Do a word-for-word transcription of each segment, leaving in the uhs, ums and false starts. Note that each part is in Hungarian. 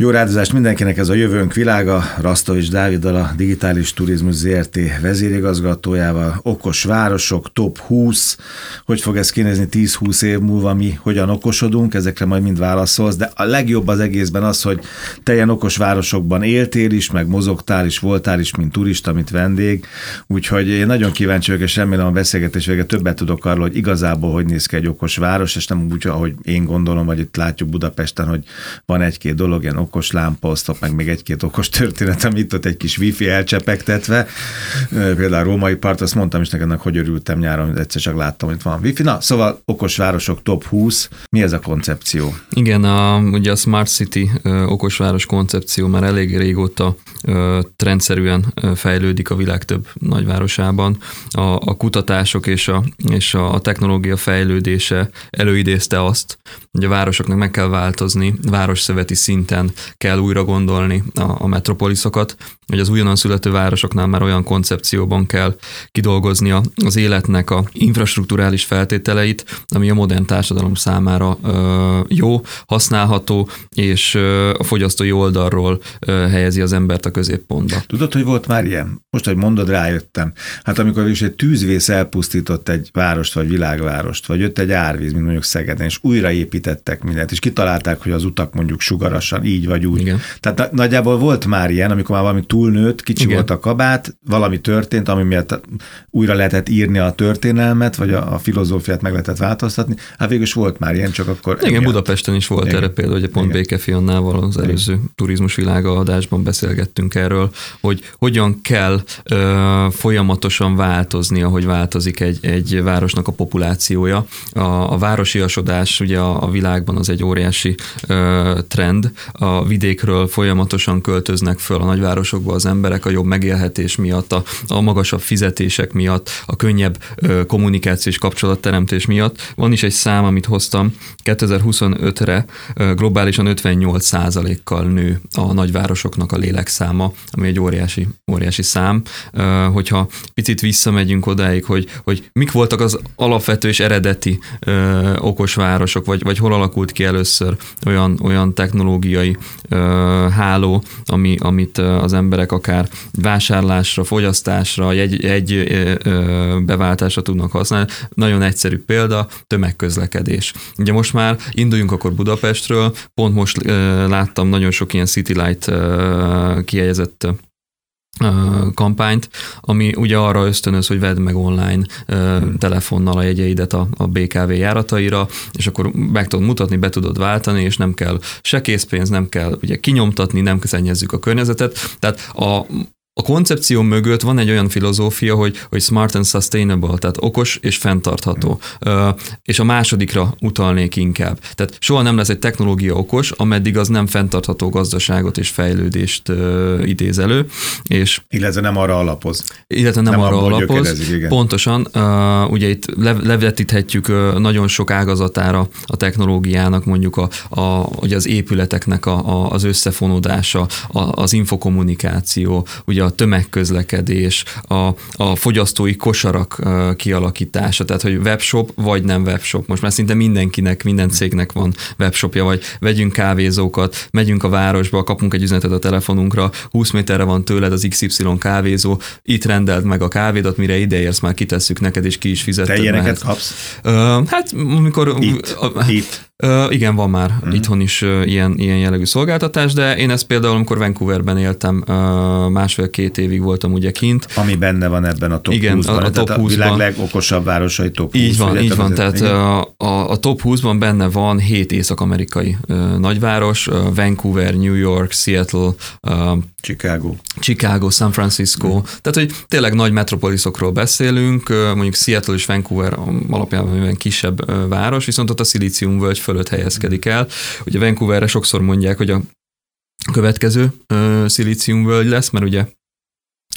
Jó rádozást mindenkinek, ez a Jövőnk világa, Rasztovics Dáviddal, a Digitális Turizmus zé er té vezérigazgatójával. Okos városok, top húsz, hogy fog ez kinézni tíz-húsz év múlva, mi hogyan okosodunk, ezekre majd mind válaszolsz, de a legjobb az egészben az, hogy te ilyen okos városokban éltél is, meg mozogtál is, voltál is, mint turista, mint vendég, úgyhogy én nagyon kíváncsi vagyok, és remélem a beszélgetés végén többet tudok arról, hogy igazából hogy néz ki egy okos város, és nem úgy, ahogy én gondolom, vagy itt látjuk Budapesten, hogy van egy-két dolog, ilyen okos lámpaosztop, meg még egy-két okos történet, amit ott egy kis wifi elcsepegtetve. Például a római part, azt mondtam is neked, hogy örültem nyáron, hogy egyszer csak láttam, hogy van wifi. Na, szóval okos városok top húsz. Mi ez a koncepció? Igen, a, ugye a Smart City okosváros koncepció már elég régóta trendszerűen fejlődik a világ több nagyvárosában. A, a kutatások és a, és a technológia fejlődése előidézte azt, hogy a városoknak meg kell változni, városszöveti szinten kell újra gondolni a, a metropoliszokat, hogy az újonnan születő városoknál már olyan koncepcióban kell kidolgozni az életnek a infrastrukturális feltételeit, ami a modern társadalom számára ö, jó, használható, és ö, a fogyasztói oldalról ö, helyezi az embert a középpontba. Tudod, hogy volt már ilyen? Most, hogy mondod, rájöttem. Hát amikor is egy tűzvész elpusztított egy várost, vagy világvárost, vagy jött egy árvíz, mint mondjuk Szegeden, és újraépítettek mindent, és kitalálták, hogy az utak mondjuk sugarasan, így vagy úgy. Igen. Tehát nagyjából volt már ilyen, amikor már valami túlnőtt, kicsi Igen. volt a kabát, valami történt, ami miatt újra lehetett írni a történelmet, vagy a, a filozófiát meg lehetett változtatni. Hát végül is volt már ilyen, csak akkor... Igen, emiatt. Budapesten is volt. Igen. Erre például, hogy pont Békefi Annával az előző Igen. turizmus világa adásban beszélgettünk erről, hogy hogyan kell ö, folyamatosan változni, ahogy változik egy, egy városnak a populációja. A, a városiasodás ugye a, a világban az egy óriási ö, trend. A vidékről folyamatosan költöznek föl a nagyvárosokba az emberek a jobb megélhetés miatt, a, a magasabb fizetések miatt, a könnyebb ö, kommunikációs kapcsolatteremtés miatt. Van is egy szám, amit hoztam, kétezer-huszonötre ö, globálisan ötvennyolc százalékkal nő a nagyvárosoknak a lélekszáma, ami egy óriási, óriási szám. Ö, hogyha picit visszamegyünk odáig, hogy, hogy mik voltak az alapvető és eredeti ö, okos városok, vagy, vagy hol alakult ki először olyan, olyan technológiai ö, háló, ami, amit az emberek akár vásárlásra, fogyasztásra, egy, egy ö, beváltásra tudnak használni. Nagyon egyszerű példa, tömegközlekedés. Ugye most már induljunk akkor Budapestről, pont most ö, láttam nagyon sok ilyen City Light ö, kihelyezett kampányt, ami ugye arra ösztönöz, hogy vedd meg online hmm. telefonnal a jegyeidet a, a bé ká vé járataira, és akkor meg tudod mutatni, be tudod váltani, és nem kell se készpénz, nem kell ugye kinyomtatni, nem szennyezzük a környezetet. Tehát a A koncepció mögött van egy olyan filozófia, hogy, hogy smart and sustainable, tehát okos és fenntartható. Mm. És a másodikra utalnék inkább. Tehát soha nem lesz egy technológia okos, ameddig az nem fenntartható gazdaságot és fejlődést uh, idéz elő. És illetve nem arra alapoz. Illetve nem, nem arra alapoz. Pontosan. Uh, ugye itt levetíthetjük uh, nagyon sok ágazatára a technológiának, mondjuk a, a, ugye az épületeknek a, a, az összefonódása, a, az infokommunikáció, ugye a tömegközlekedés, a, a fogyasztói kosarak uh, kialakítása, tehát hogy webshop vagy nem webshop. Most már szinte mindenkinek, minden cégnek van webshopja, vagy vegyünk kávézókat, megyünk a városba, kapunk egy üzenetet a telefonunkra, húsz méterre van tőled az iksz ipszilon kávézó, itt rendeld meg a kávédat, mire ideérsz, már kitesszük neked, és ki is fizetted. Te ilyeneket kapsz? Uh, hát, amikor... Itt? Uh, Itt? Uh, igen, van már mm. itthon is uh, ilyen, ilyen jellegű szolgáltatás, de én ezt például, amikor Vancouverben éltem, uh, másfél-két évig voltam ugye kint. Ami benne van ebben a top igen, húszban. A, a top tehát húszban. A világ legokosabb városai top így húsz. Van, így van, tehát a, a, a top húszban benne van hét észak-amerikai uh, nagyváros, uh, Vancouver, New York, Seattle, uh, Chicago. Chicago, San Francisco. Mm. Tehát, hogy tényleg nagy metropoliszokról beszélünk, mondjuk Seattle és Vancouver alapjában kisebb város, viszont ott a szilíciumvölgy fölött helyezkedik el. Ugye Vancouverre sokszor mondják, hogy a következő szilíciumvölgy lesz, mert ugye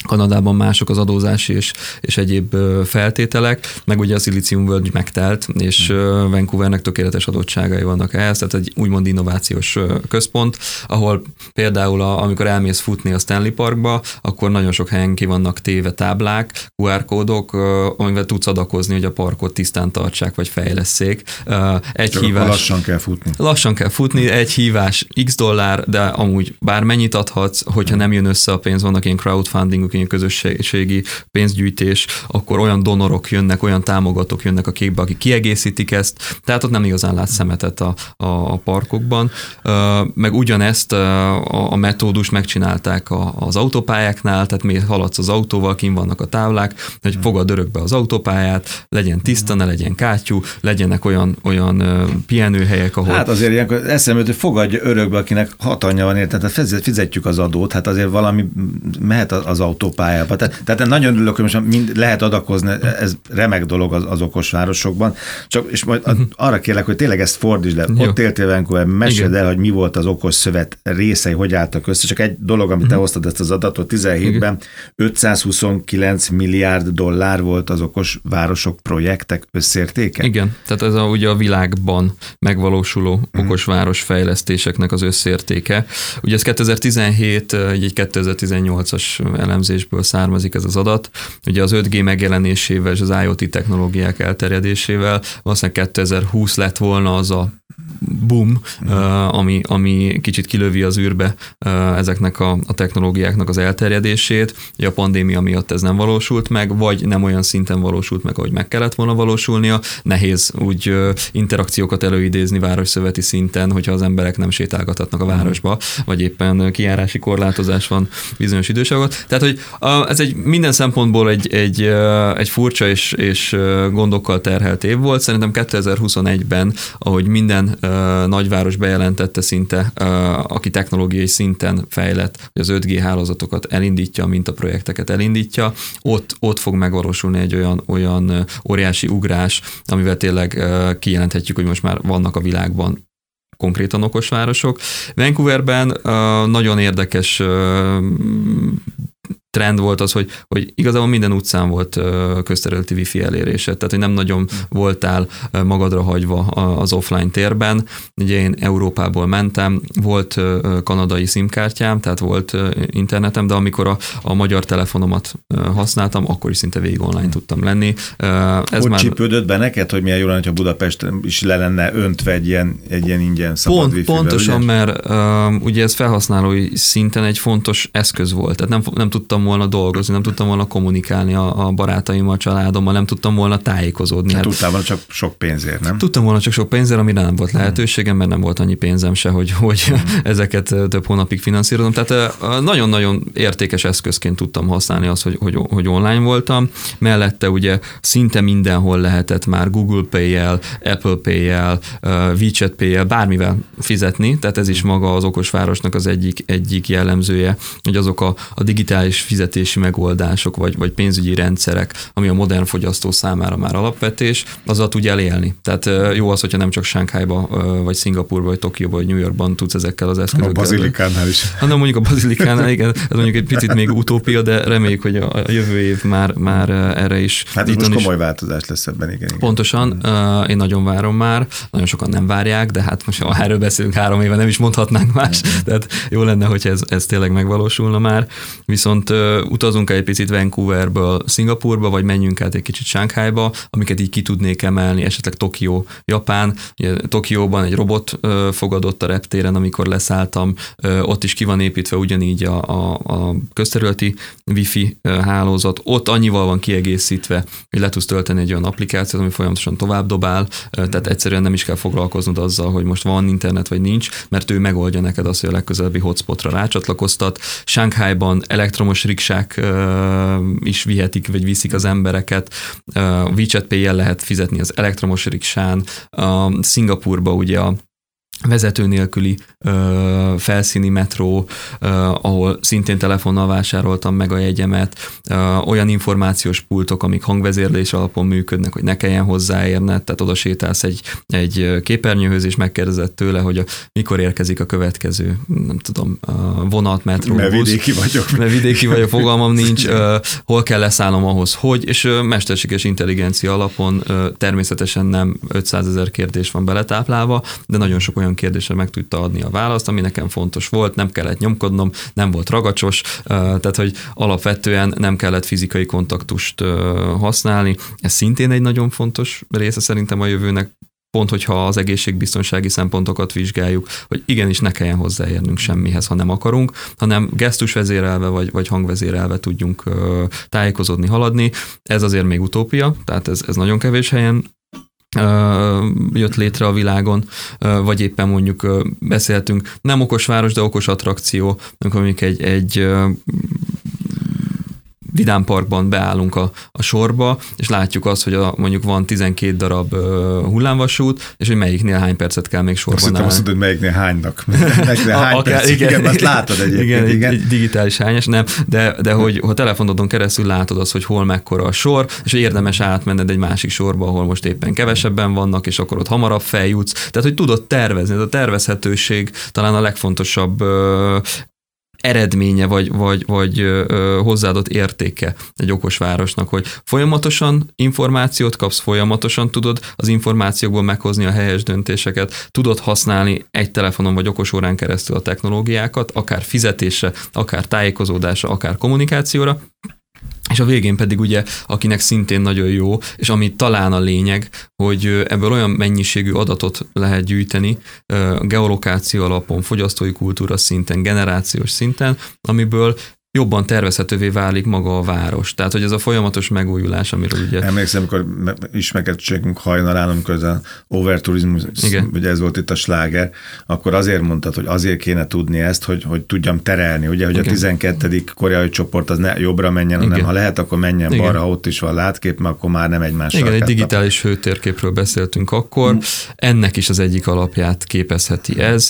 Kanadában mások az adózási és, és egyéb feltételek, meg ugye a Silicium völgy megtelt, és Vancouvernek tökéletes adottságai vannak ehhez, tehát egy úgymond innovációs központ, ahol például a, amikor elmész futni a Stanley Parkba, akkor nagyon sok helyen ki vannak téve táblák, kú er kódok, amivel tudsz adakozni, hogy a parkot tisztán tartsák, vagy fejlesszék. Egy Csak hívás, lassan kell futni. Lassan kell futni, egy hívás x dollár, de amúgy bármennyit adhatsz, hogyha nem jön össze a pénz, vannak ilyen crowdfundingok, ilyen közösségi pénzgyűjtés, akkor olyan donorok jönnek, olyan támogatók jönnek a képbe, akik kiegészítik ezt, tehát ott nem igazán látsz szemetet a, a parkokban. Meg ugyanezt a, a metódust megcsinálták az autópályáknál, tehát még haladsz az autóval, kint vannak a táblák, hogy fogad örökbe az autópályát, legyen tiszta, ne legyen kátyú, legyenek olyan, olyan pihenőhelyek, ahol... Hát azért ilyenkor eszembe jut, hogy fogadja örökbe, akinek hat anyja van, érted, tehát fizetjük az adót, hát azért valami mehet az autópályába. Tehát, tehát nagyon örülök, hogy most mind lehet adakozni, ez remek dolog az, az okos városokban, csak és majd uh-huh. arra kérlek, hogy tényleg ezt fordítsd le. Jó. Ott éltél Vancouverben, meséld el, hogy mi volt az okos szövet részei, hogy álltak össze. Csak egy dolog, amit uh-huh. te hoztad ezt az adatot, tizenhétben ötszázhuszonkilenc milliárd dollár volt az okos városok projektek összértéke. Igen, tehát ez a, ugye a világban megvalósuló uh-huh. okos városfejlesztéseknek az összértéke. Ugye ez kétezer-tizenhét, egy kétezer-tizennyolcas elemzésből származik ez az adat. Ugye az öt G megjelenésével és az I O T technológiák elterjedésével valószínűleg kétezer-húsz lett volna az a boom, uh, ami, ami kicsit kilövi az űrbe uh, ezeknek a, a technológiáknak az elterjedését. Ugye a pandémia miatt ez nem valósult meg, vagy nem olyan szinten valósult meg, ahogy meg kellett volna valósulnia. Nehéz úgy uh, interakciókat előidézni városszöveti szinten, hogyha az emberek nem sétálgathatnak a városba, vagy éppen kijárási korlátozás van bizonyos időságot. Tehát, hogy uh, ez egy minden szempontból egy, egy, uh, egy furcsa és, és uh, gondokkal terhelt év volt. Szerintem kétezer-huszonegyben, ahogy minden uh, nagyváros bejelentette szinte, uh, aki technológiai szinten fejlett, hogy az öt G hálózatokat elindítja, mint a projekteket elindítja, ott, ott fog megvalósulni egy olyan, olyan uh, óriási ugrás, amivel tényleg uh, kijelenthetjük, hogy most már vannak a világban konkrétan okos városok. Vancouverben uh, nagyon érdekes uh, trend volt az, hogy, hogy igazából minden utcán volt közterületi wifi elérése, tehát hogy nem nagyon voltál magadra hagyva az offline térben. Ugye én Európából mentem, volt kanadai SIM-kártyám, tehát volt internetem, de amikor a, a magyar telefonomat használtam, akkor is szinte végig online tudtam lenni. Ez hogy már... csípődött be neked, hogy milyen jó lenne, ha Budapesten is le lenne öntve egy ilyen, egy ilyen ingyen szabad Pont, wifi-vel, Pontosan, ugye? mert uh, ugye ez felhasználói szinten egy fontos eszköz volt, tehát nem, nem tudtam volna dolgozni, nem tudtam volna kommunikálni a, a barátaimmal, a családommal, nem tudtam volna tájékozódni. Hát, tudtál volna csak sok pénzért, nem? Tudtam volna csak sok pénzért, amire nem volt lehetőségem, mert nem volt annyi pénzem se, hogy, hogy hmm. ezeket több hónapig finanszírozom. Tehát nagyon-nagyon értékes eszközként tudtam használni azt, hogy, hogy, hogy online voltam. Mellette ugye szinte mindenhol lehetett már Google Pay-jel, Apple Pay-jel, WeChat Pay-jel, bármivel fizetni, tehát ez is maga az okosvárosnak az egyik, egyik jellemzője, hogy azok a, a digitális fizetési megoldások, vagy, vagy pénzügyi rendszerek, ami a modern fogyasztó számára már alapvetés, azzal tudj elélni. Tehát jó az, hogyha nem csak Sánkhájba, vagy Szingapurba, vagy Tokióba, vagy New Yorkban tudsz ezekkel az eszközökkel. A Bazilikánál is. Hanem mondjuk a Bazilikánál, igen, ez mondjuk egy picit még utópia, de reméljük, hogy a jövő év már, már erre is. Hát ez most komoly is változás lesz ebben, igen. igen. Pontosan, uh, én nagyon várom már, nagyon sokan nem várják, de hát most ha erről beszélünk három éve, nem is mondhatnánk más, tehát jó lenne, hogy ez, ez tényleg megvalósulna már. Viszont uh, utazunk el egy picit Vancouverből Szingapurba, vagy menjünk át egy kicsit Sánkhájba, amiket így ki tudnék emelni, esetleg Tokió, Japán. Ugye, Tokióban egy robot uh, fogadott a reptéren, amikor leszálltam, uh, ott is ki van építve ugyanígy a, a, a közterületi wifi uh, hálózat, ott annyival van kiegészítve, hogy le tudsz tölteni egy olyan applikációt, ami folyamatosan tovább dobál, uh, tehát egyszerűen nem is kell foglalkoznod azzal, hogy most van internet vagy nincs, mert ő megoldja neked azt, hogy a legközelebbi hotspotra rácsatlakoztat. Sánkhájban elektromos riksák uh, is vihetik, vagy viszik az embereket. Uh, WeChat Pay-jel lehet fizetni az elektromos riksán. Uh, Szingapurba ugye a vezető nélküli ö, felszíni metró, ö, ahol szintén telefonnal vásároltam meg a jegyemet, ö, olyan információs pultok, amik hangvezérlés alapon működnek, hogy ne kelljen hozzáérned, tehát oda sétálsz egy, egy képernyőhöz, és megkérdezed tőle, hogy a, mikor érkezik a következő, nem tudom, vonat, metró, mert busz. vidéki vagyok. Mert vidéki vagyok, fogalmam nincs, ö, hol kell leszállnom ahhoz, hogy, és ö, mesterséges intelligencia alapon ö, természetesen nem ötszázezer kérdés van beletáplálva, de nagyon sok olyan kérdésre meg tudta adni a választ, ami nekem fontos volt, nem kellett nyomkodnom, nem volt ragacsos, tehát hogy alapvetően nem kellett fizikai kontaktust használni. Ez szintén egy nagyon fontos része szerintem a jövőnek, pont hogyha az egészségbiztonsági szempontokat vizsgáljuk, hogy igenis ne kelljen hozzáérnünk semmihez, ha nem akarunk, hanem gesztusvezérelve vagy, vagy hangvezérelve tudjunk tájékozódni, haladni. Ez azért még utópia, tehát ez, ez nagyon kevés helyen jött létre a világon, vagy éppen mondjuk beszéltünk, nem okos város, de okos attrakció, amikor mondjuk egy, egy vidámparkban beállunk a, a sorba, és látjuk azt, hogy a, mondjuk van tizenkét darab uh, hullámvasút, és hogy melyiknél hány percet kell még sorban állni. Azt mondod, hogy melyiknél hánynak. Melyiknél hány Akár, perc, igen, igen, azt látod egyébként. Igen, igen. Egy, egy digitális hányas, nem, de, de hogy ha telefonodon keresztül látod azt, hogy hol mekkora a sor, és hogy érdemes átmenned egy másik sorba, ahol most éppen kevesebben vannak, és akkor ott hamarabb feljutsz. Tehát, hogy tudod tervezni. Ez a tervezhetőség talán a legfontosabb uh, eredménye, vagy, vagy, vagy ö, hozzáadott értéke egy okos városnak, hogy folyamatosan információt kapsz, folyamatosan tudod az információkból meghozni a helyes döntéseket, tudod használni egy telefonon vagy okosórán keresztül a technológiákat, akár fizetésre, akár tájékozódásra, akár kommunikációra, és a végén pedig ugye, akinek szintén nagyon jó, és ami talán a lényeg, hogy ebből olyan mennyiségű adatot lehet gyűjteni geolokáció alapon, fogyasztói kultúra szinten, generációs szinten, amiből jobban tervezhetővé válik maga a város. Tehát, hogy ez a folyamatos megújulás, amiről ugye... Emlékszem, amikor ismerkedtségünk hajnalán, amikor ez az overturizmus, ugye ez volt itt a sláger, akkor azért mondtad, hogy azért kéne tudni ezt, hogy, hogy tudjam terelni, ugye, hogy igen. A tizenkettedik koreai csoport az ne jobbra menjen, igen. hanem ha lehet, akkor menjen igen. balra, ott is van látkép, mert akkor már nem egymással. Igen, egy digitális hőtérképről beszéltünk akkor. Mm. Ennek is az egyik alapját képezheti ez.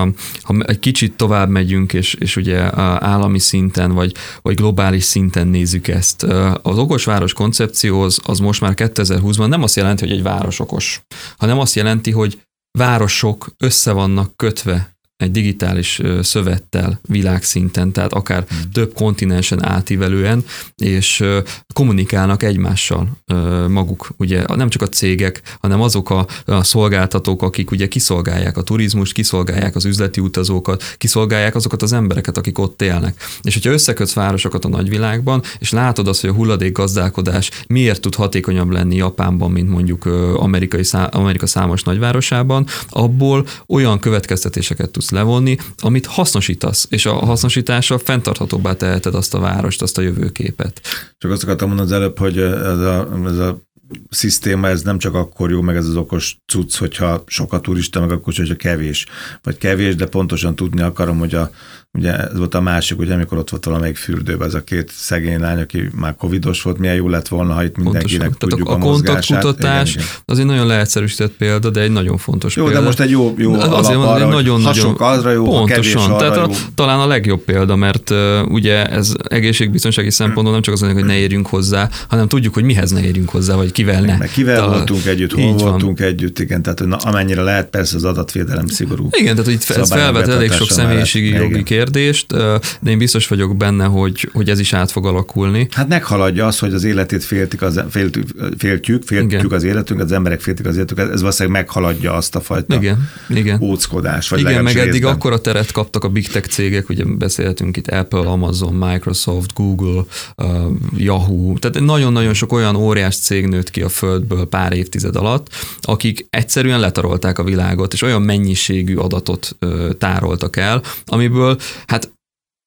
Ha egy kicsit tovább megyünk, és, és ugye állami szinten Vagy, vagy globális szinten nézzük ezt. Az okosváros koncepció az, az most már kétezer-húszban nem azt jelenti, hogy egy város okos, hanem azt jelenti, hogy városok össze vannak kötve egy digitális szövettel világszinten, tehát akár hmm. több kontinensen átívelően, és kommunikálnak egymással maguk, ugye nem csak a cégek, hanem azok a, a szolgáltatók, akik ugye kiszolgálják a turizmust, kiszolgálják az üzleti utazókat, kiszolgálják azokat az embereket, akik ott élnek. És hogyha összekötsz városokat a nagyvilágban, és látod azt, hogy a hulladékgazdálkodás miért tud hatékonyabb lenni Japánban, mint mondjuk amerikai szá- Amerika számos nagyvárosában, abból olyan következtetéseket tudsz levonni, amit hasznosítasz, és a hasznosítással fenntarthatóbbá teheted azt a várost, azt a jövőképet. Csak azt akartam mondani az előbb, hogy ez a, ez a szisztéma, ez nem csak akkor jó, meg ez az okos cucc, hogyha sok a turista, meg akkor, hogyha kevés. Vagy kevés, de pontosan tudni akarom, hogy a, ugye ez volt a másik, ugye, amikor ott volt valamelyik fürdőben, ez a két szegény lány, aki már covidos volt, milyen jó lett volna, ha itt mindenkinek pontosan. Tudjuk a, a mozgását. A kontaktkutatás az egy nagyon leegyszerűsített példa, de egy nagyon fontos jó, példa. Jó, de most egy jó, jó alap azért arra, nagyon, ha sok azra jó, pontosan, ha kevés tehát arra a, jó. Talán a legjobb példa, mert uh, ugye ez egészségbiztonsági szempontból nem csak az, hogy ne érjünk hozzá, hanem tudjuk, hogy mihez ne érjünk hozzá, vagy kivel ne. Meg kivel Tal- voltunk együtt, hol voltunk van. együtt, igen, tehát na, amennyire lehet, persze az adatvédelem szigorú. Igen, tehát itt ez felvet elég sok személyiségi jogi igen. kérdést, de én biztos vagyok benne, hogy, hogy ez is át fog alakulni. Hát meghaladja az, hogy az életét féltik, az, féltük, féltjük, féltjük igen. az életünket, az emberek féltik az életüket, ez valószínűleg meghaladja azt a fajta igen, igen. óckodás. Vagy igen, meg eddig részben. akkora teret kaptak a big tech cégek, ugye beszélhetünk itt Apple, Amazon, Microsoft, Google, uh, Yahoo, tehát nagyon-nagyon sok olyan óriás cég nőtt ki a földből pár évtized alatt, akik egyszerűen letarolták a világot, és olyan mennyiségű adatot uh, tároltak el, amiből hát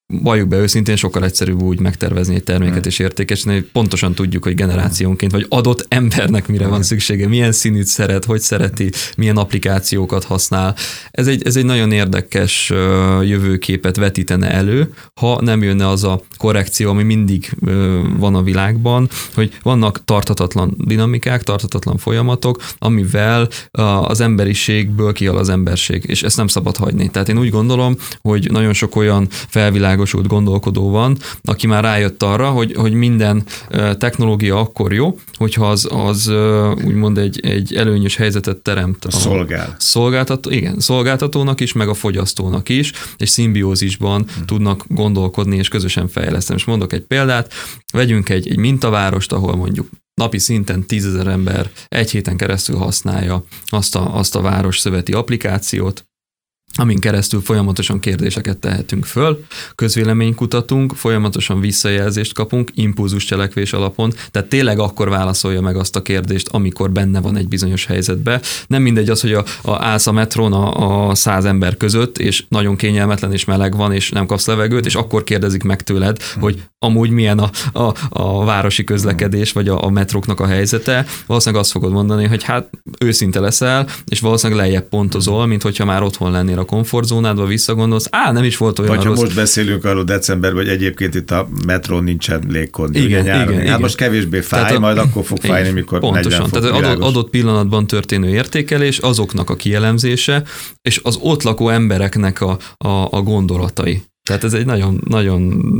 valljuk be őszintén, sokkal egyszerűbb úgy megtervezni egy terméket hmm. és értékesíteni, hogy pontosan tudjuk, hogy generációnként, vagy adott embernek mire hmm. van szüksége, milyen színűt szeret, hogy szereti, milyen applikációkat használ. Ez egy, ez egy nagyon érdekes jövőképet vetítene elő, ha nem jönne az a korrekció, ami mindig van a világban, hogy vannak tarthatatlan dinamikák, tarthatatlan folyamatok, amivel az emberiségből kial az emberség, és ezt nem szabad hagyni. Tehát én úgy gondolom, hogy nagyon sok olyan felvilágosult gondolkodó van, aki már rájött arra, hogy, hogy minden technológia akkor jó, hogyha az, az úgymond egy, egy előnyös helyzetet teremt. A szolgál. Szolgáltató, igen, szolgáltatónak is, meg a fogyasztónak is, és szimbiózisban hmm. tudnak gondolkodni és közösen fejleszteni. És mondok egy példát, vegyünk egy, egy mintavárost, ahol mondjuk napi szinten tízezer ember egy héten keresztül használja azt a, azt a város szöveti applikációt, amin keresztül folyamatosan kérdéseket tehetünk föl, közvéleményt kutatunk, folyamatosan visszajelzést kapunk, impulzus cselekvés alapon, tehát tényleg akkor válaszolja meg azt a kérdést, amikor benne van egy bizonyos helyzetbe. Nem mindegy az, hogy a, a állsz a metrón a, a száz ember között, és nagyon kényelmetlen és meleg van, és nem kapsz levegőt, és akkor kérdezik meg tőled, hogy amúgy milyen a, a, a városi közlekedés, vagy a, a metróknak a helyzete. Valószínűleg azt fogod mondani, hogy hát őszinte leszel, és valószínűleg lejjebb pontozol, mint hogyha már otthon lennél a komfortzónádba, visszagondolsz, á, nem is volt olyan vagy rossz. Ha most beszélünk arról decemberben, hogy egyébként itt a metrón nincsen légkondi. Igen, igen, hát igen. most kevésbé fáj, a, majd akkor fog fájni, mikor pontosan. negyven fok. Tehát adott, adott pillanatban történő értékelés, azoknak a kielemzése, és az ott lakó embereknek a, a, a gondolatai. Tehát ez egy nagyon, nagyon,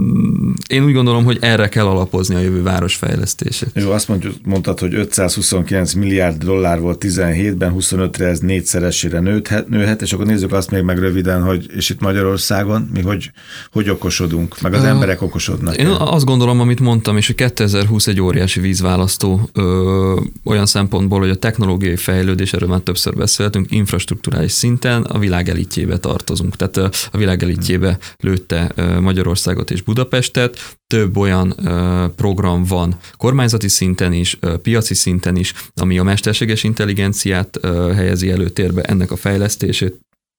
én úgy gondolom, hogy erre kell alapozni a jövő városfejlesztését. Jó, azt mondjuk, mondtad, hogy ötszázhuszonkilenc milliárd dollár volt tizenhétben, huszonötre ez négyszeresére nőhet, nőhet, és akkor nézzük azt még meg röviden, hogy és itt Magyarországon mi hogy, hogy okosodunk, meg az uh, emberek okosodnak. Én el. azt gondolom, amit mondtam, és hogy kétezer-húsz egy óriási vízválasztó ö, olyan szempontból, hogy a technológiai fejlődés, erről már többször beszéltünk, infrastrukturális szinten a világ elitjébe tartozunk. Tehát a világ elitjébe lő Magyarországot és Budapestet. Több olyan program van kormányzati szinten is, piaci szinten is, ami a mesterséges intelligenciát helyezi előtérbe, ennek a fejlesztését,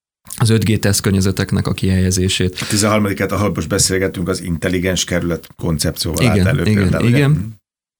az öt G tesztkörnyezeteknek a kihelyezését. A tizenharmadiket, ahol most beszélgetünk, az intelligens kerület koncepcióval állt elő. Igen, például, igen. Ugye?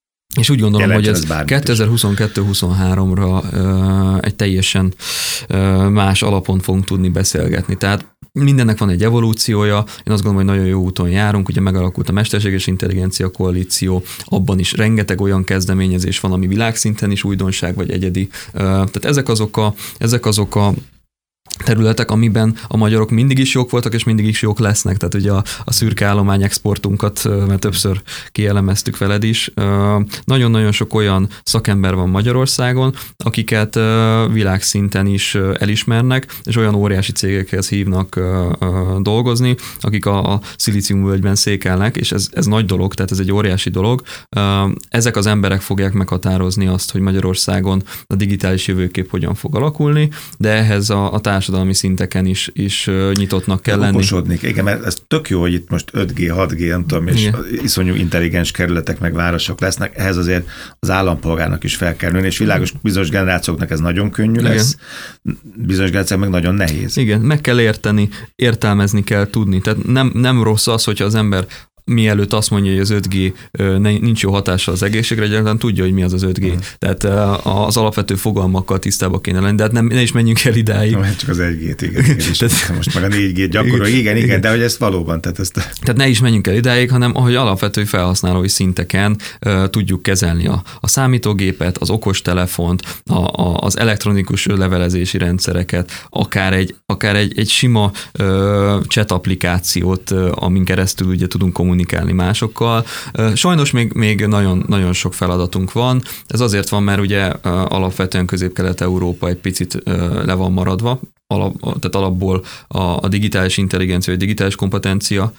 És úgy gondolom, Jelentsen hogy ez ez kétezer-huszonkettő huszonháromra uh, egy teljesen uh, más alapon fogunk tudni beszélgetni. Tehát mindennek van egy evolúciója, én azt gondolom, hogy nagyon jó úton járunk, ugye megalakult a mesterséges intelligencia koalíció, abban is rengeteg olyan kezdeményezés van, ami világszinten is újdonság vagy egyedi. Uh, tehát ezek azok a, ezek azok a területek, amiben a magyarok mindig is jók voltak, és mindig is jók lesznek. Tehát ugye a, a szürke állomány exportunkat, mert többször kielemeztük veled is. Nagyon-nagyon sok olyan szakember van Magyarországon, akiket világszinten is elismernek, és olyan óriási cégekhez hívnak dolgozni, akik a, a szilíciumvölgyben székelnek, és ez, ez nagy dolog, tehát ez egy óriási dolog. Ezek az emberek fogják meghatározni azt, hogy Magyarországon a digitális jövőkép hogyan fog alakulni, de ehhez a, a társadalmi szinteken is, is nyitottnak kell lenni. Okosodni. Igen, mert ez tök jó, hogy itt most öt G, hat G, nem tudom, és igen, iszonyú intelligens kerületek meg városok lesznek, ehhez azért az állampolgárnak is fel kell nőni, és világos bizonyos generációknak ez nagyon könnyű lesz, igen, bizonyos generációk meg nagyon nehéz. Igen, meg kell érteni, értelmezni kell tudni. Tehát nem, nem rossz az, hogyha az ember mielőtt azt mondja, hogy az öt G nincs jó hatással az egészségre, egyáltalán tudja, hogy mi az az öt G. Mm. Tehát az alapvető fogalmakkal tisztába kéne lenni, de hát nem, ne is menjünk el idáig. No, csak az egy G-t, igen. igen tehát, most meg a négy G gyakorol, igen, igen, igen, de hogy ezt valóban. Tehát, ezt... tehát ne is menjünk el idáig, hanem ahogy alapvető felhasználói szinteken uh, tudjuk kezelni a, a számítógépet, az okostelefont, a, a, az elektronikus levelezési rendszereket, akár egy, akár egy, egy sima uh, chat applikációt, uh, amin keresztül ugye tudunk kommunikálni kommunikálni másokkal. Sajnos még, még nagyon, nagyon sok feladatunk van. Ez azért van, mert ugye alapvetően Közép-Kelet-Európa egy picit le van maradva, alap, tehát alapból a, a digitális intelligencia, vagy digitális kompetencia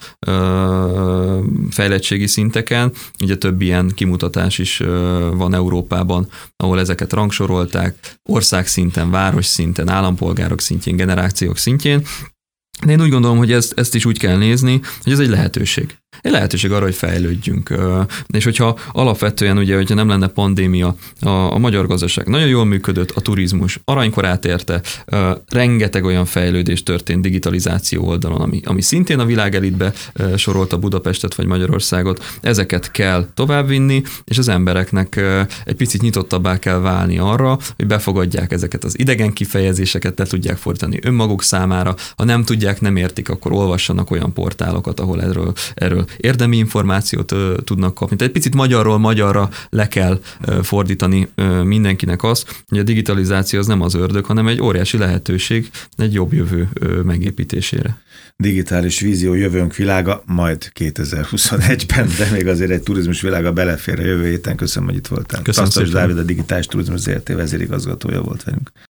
fejlettségi szinteken. Ugye több ilyen kimutatás is van Európában, ahol ezeket rangsorolták, országszinten, város szinten, állampolgárok szintjén, generációk szintjén. De én úgy gondolom, hogy ezt, ezt is úgy kell nézni, hogy ez egy lehetőség. egy lehetőség arra, hogy fejlődjünk. És hogyha alapvetően ugye, hogyha nem lenne pandémia, a, a magyar gazdaság nagyon jól működött, a turizmus aranykorát érte, rengeteg olyan fejlődés történt digitalizáció oldalon, ami, ami szintén a világelitbe sorolta Budapestet vagy Magyarországot. Ezeket kell továbbvinni, és az embereknek egy picit nyitottabbá kell válni arra, hogy befogadják ezeket az idegen kifejezéseket, le tudják fordítani önmaguk számára. Ha nem tudják, nem értik, akkor olvassanak olyan portálokat, ahol erről, erről érdemi információt ö, tudnak kapni. Tehát egy picit magyarról magyarra le kell ö, fordítani ö, mindenkinek azt, hogy a digitalizáció az nem az ördög, hanem egy óriási lehetőség egy jobb jövő ö, megépítésére. Digitális vízió, jövőnk világa, majd kétezer-huszonegyben, de még azért egy turizmus világa belefér a jövő héten. Köszönöm, hogy itt voltál. Köszönöm szépen. Dávid, a Digitális Turizmus zé er té vezérigazgatója volt velünk.